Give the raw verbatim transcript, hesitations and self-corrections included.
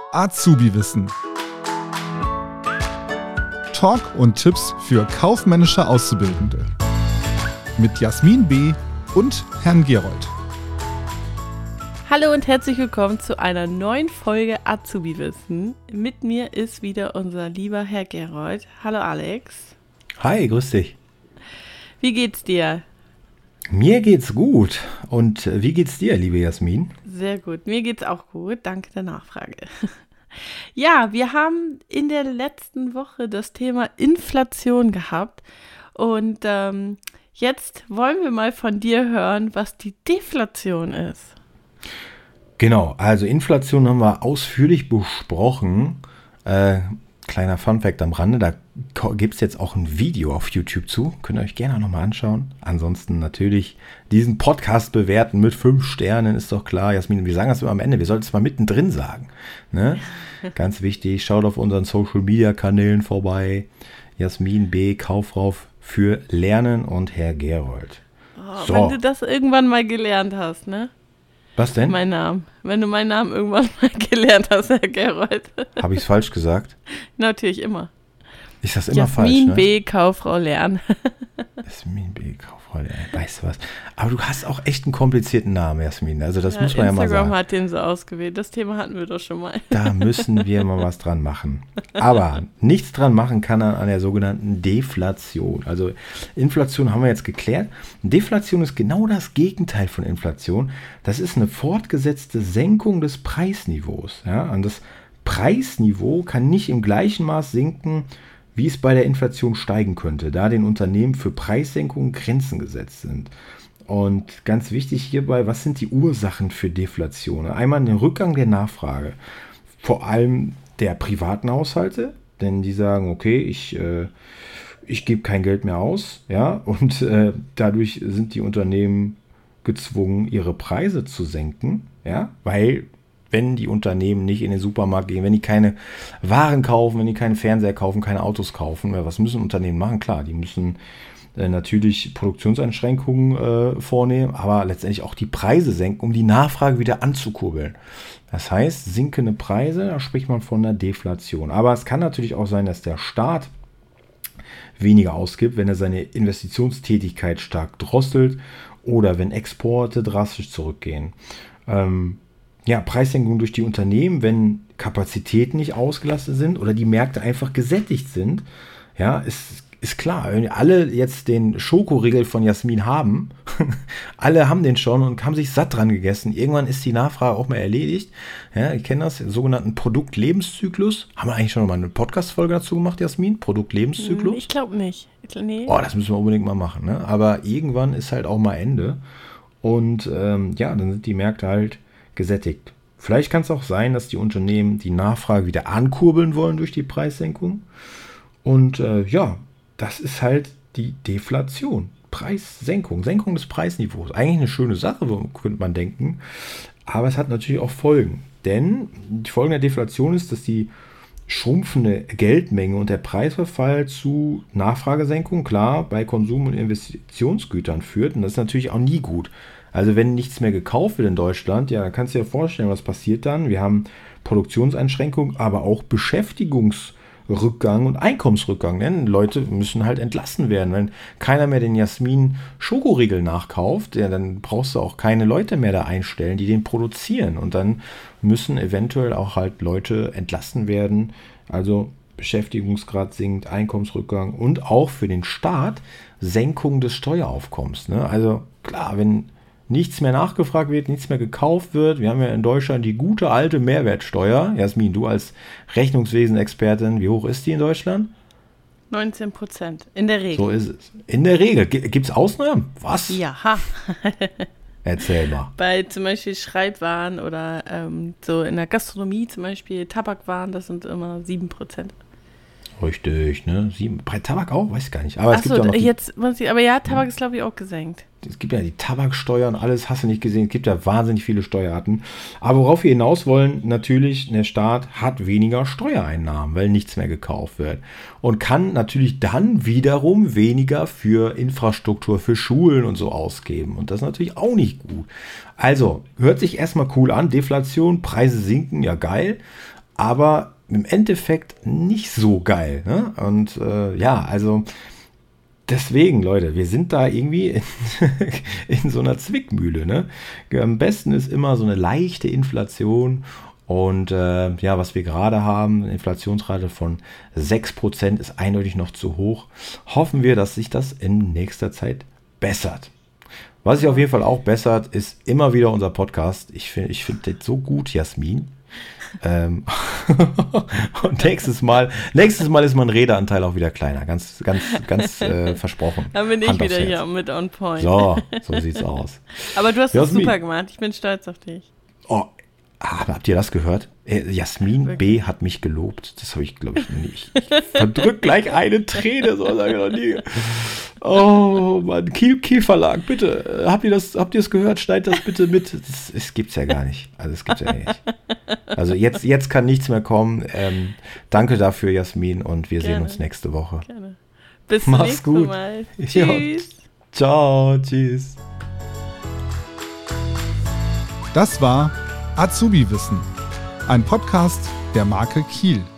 Azubi-Wissen. Talk und Tipps für kaufmännische Auszubildende. Mit Jasmin B. und Herrn Gerold. Hallo und herzlich willkommen zu einer neuen Folge Azubi-Wissen. Mit mir ist wieder unser lieber Herr Gerold. Hallo Alex. Hi, grüß dich. Wie geht's dir? Mir geht's gut. Und wie geht's dir, liebe Jasmin? Sehr gut. Mir geht's auch gut. Danke der Nachfrage. Ja, wir haben in der letzten Woche das Thema Inflation gehabt. Und ähm, jetzt wollen wir mal von dir hören, was die Deflation ist. Genau, also Inflation haben wir ausführlich besprochen. Äh, kleiner Funfact am Rande, da gibt es jetzt auch ein Video auf YouTube zu. Könnt ihr euch gerne auch nochmal anschauen. Ansonsten natürlich diesen Podcast bewerten mit fünf Sternen, ist doch klar. Jasmin, wir sagen das immer am Ende, wir sollten es mal mittendrin sagen. Ne? Ganz wichtig, schaut auf unseren Social-Media-Kanälen vorbei. Jasmin B., Kauffrau für Lernen und Herr Gerold. Oh, so. Wenn du das irgendwann mal gelernt hast, ne? Was denn? Mein Name. Wenn du meinen Namen irgendwann mal gelernt hast, Herr Gerold. Habe ich es falsch gesagt? Natürlich immer. Ist das immer Jasmin falsch, ne? Jasmin B., Kauffrau Lernen. Jasmin B., Kauffrau Lernen. Weißt du was? Aber du hast auch echt einen komplizierten Namen, Jasmin. Also das ja, muss man ja mal sagen. Instagram hat den so ausgewählt. Das Thema hatten wir doch schon mal. Da müssen wir mal was dran machen. Aber nichts dran machen kann man an der sogenannten Deflation. Also Inflation haben wir jetzt geklärt. Deflation ist genau das Gegenteil von Inflation. Das ist eine fortgesetzte Senkung des Preisniveaus. Ja? Und das Preisniveau kann nicht im gleichen Maß sinken, wie es bei der Inflation steigen könnte, da den Unternehmen für Preissenkungen Grenzen gesetzt sind. Und ganz wichtig hierbei, was sind die Ursachen für Deflation? Einmal den Rückgang der Nachfrage, vor allem der privaten Haushalte, denn die sagen, okay, ich, äh, ich gebe kein Geld mehr aus, ja, und äh, dadurch sind die Unternehmen gezwungen, ihre Preise zu senken, ja, weil wenn die Unternehmen nicht in den Supermarkt gehen, wenn die keine Waren kaufen, wenn die keinen Fernseher kaufen, keine Autos kaufen, was müssen Unternehmen machen? Klar, die müssen äh, natürlich Produktionseinschränkungen äh, vornehmen, aber letztendlich auch die Preise senken, um die Nachfrage wieder anzukurbeln. Das heißt, sinkende Preise, da spricht man von einer Deflation. Aber es kann natürlich auch sein, dass der Staat weniger ausgibt, wenn er seine Investitionstätigkeit stark drosselt oder wenn Exporte drastisch zurückgehen. Ähm, Ja, Preissenkung durch die Unternehmen, wenn Kapazitäten nicht ausgelastet sind oder die Märkte einfach gesättigt sind. Ja, ist, ist klar, wenn alle jetzt den Schokoriegel von Jasmin haben, alle haben den schon und haben sich satt dran gegessen. Irgendwann ist die Nachfrage auch mal erledigt. Ja, ihr kennt das, den sogenannten Produktlebenszyklus. Haben wir eigentlich schon mal eine Podcast-Folge dazu gemacht, Jasmin? Produktlebenszyklus? Ich glaube nicht. Nee. Oh, das müssen wir unbedingt mal machen. Ne? Aber irgendwann ist halt auch mal Ende. Und ähm, ja, dann sind die Märkte halt gesättigt. Vielleicht kann es auch sein, dass die Unternehmen die Nachfrage wieder ankurbeln wollen durch die Preissenkung. Und äh, ja, das ist halt die Deflation. Preissenkung, Senkung des Preisniveaus. Eigentlich eine schöne Sache, könnte man denken. Aber es hat natürlich auch Folgen. Denn die Folge der Deflation ist, dass die schrumpfende Geldmenge und der Preisverfall zu Nachfragesenkung, klar, bei Konsum- und Investitionsgütern führt. Und das ist natürlich auch nie gut. Also wenn nichts mehr gekauft wird in Deutschland, ja, dann kannst du dir vorstellen, was passiert dann. Wir haben Produktionseinschränkungen, aber auch Beschäftigungsrückgang und Einkommensrückgang. Denn Leute müssen halt entlassen werden. Wenn keiner mehr den Jasmin-Schokoriegel nachkauft, ja, dann brauchst du auch keine Leute mehr da einstellen, die den produzieren. Und dann müssen eventuell auch halt Leute entlassen werden. Also Beschäftigungsgrad sinkt, Einkommensrückgang und auch für den Staat Senkung des Steueraufkommens. Ne? Also klar, wenn nichts mehr nachgefragt wird, nichts mehr gekauft wird. Wir haben ja in Deutschland die gute alte Mehrwertsteuer. Jasmin, du als Rechnungswesen-Expertin, wie hoch ist die in Deutschland? neunzehn Prozent, in der Regel. So ist es. In der Regel. Gibt es Ausnahmen? Was? Ja. Erzähl mal. Bei zum Beispiel Schreibwaren oder ähm, so in der Gastronomie zum Beispiel Tabakwaren, das sind immer sieben Prozent. Richtig, ne? Sieben, bei Tabak auch? Weiß ich gar nicht. Aber es Achso, gibt ja noch die, jetzt, aber ja, Tabak ist glaube ich auch gesenkt. Es gibt ja die Tabaksteuer und alles, hast du nicht gesehen. Es gibt ja wahnsinnig viele Steuerarten. Aber worauf wir hinaus wollen, natürlich, der Staat hat weniger Steuereinnahmen, weil nichts mehr gekauft wird. Und kann natürlich dann wiederum weniger für Infrastruktur, für Schulen und so ausgeben. Und das ist natürlich auch nicht gut. Also, hört sich erstmal cool an. Deflation, Preise sinken, ja geil. aber im Endeffekt nicht so geil. Ne? Und äh, ja, also deswegen, Leute, wir sind da irgendwie in, in so einer Zwickmühle. Ne? Am besten ist immer so eine leichte Inflation. Und äh, ja, was wir gerade haben, eine Inflationsrate von sechs Prozent ist eindeutig noch zu hoch. Hoffen wir, dass sich das in nächster Zeit bessert. Was sich auf jeden Fall auch bessert, ist immer wieder unser Podcast. Ich finde ich find das so gut, Jasmin. ähm, und nächstes Mal, nächstes Mal ist mein Redeanteil auch wieder kleiner. Ganz, ganz, ganz äh, versprochen. Dann bin ich Hand wieder aufs hier Herz. mit on point. So, so sieht's aus. Aber du hast es Jasmin. super gemacht. Ich bin stolz auf dich. Oh, ah, habt ihr das gehört? Äh, Jasmin Wirklich? B. hat mich gelobt. Das habe ich, glaube ich, nicht. Ich verdrück gleich eine Träne. So, sag ich noch nie. Oh Mann, Kiel, Kiel Verlag, bitte. Habt ihr das, habt ihr es gehört? Schneid das bitte mit. Das, das gibt's ja gar nicht. Also es gibt's ja nicht. Also jetzt, jetzt kann nichts mehr kommen. Ähm, danke dafür, Jasmin, und wir Gerne. sehen uns nächste Woche. Gerne. Bis Mach's zum nächsten gut. Mal. Ja. Tschüss. Ciao, tschüss. Das war Azubi Wissen, ein Podcast der Marke Kiel.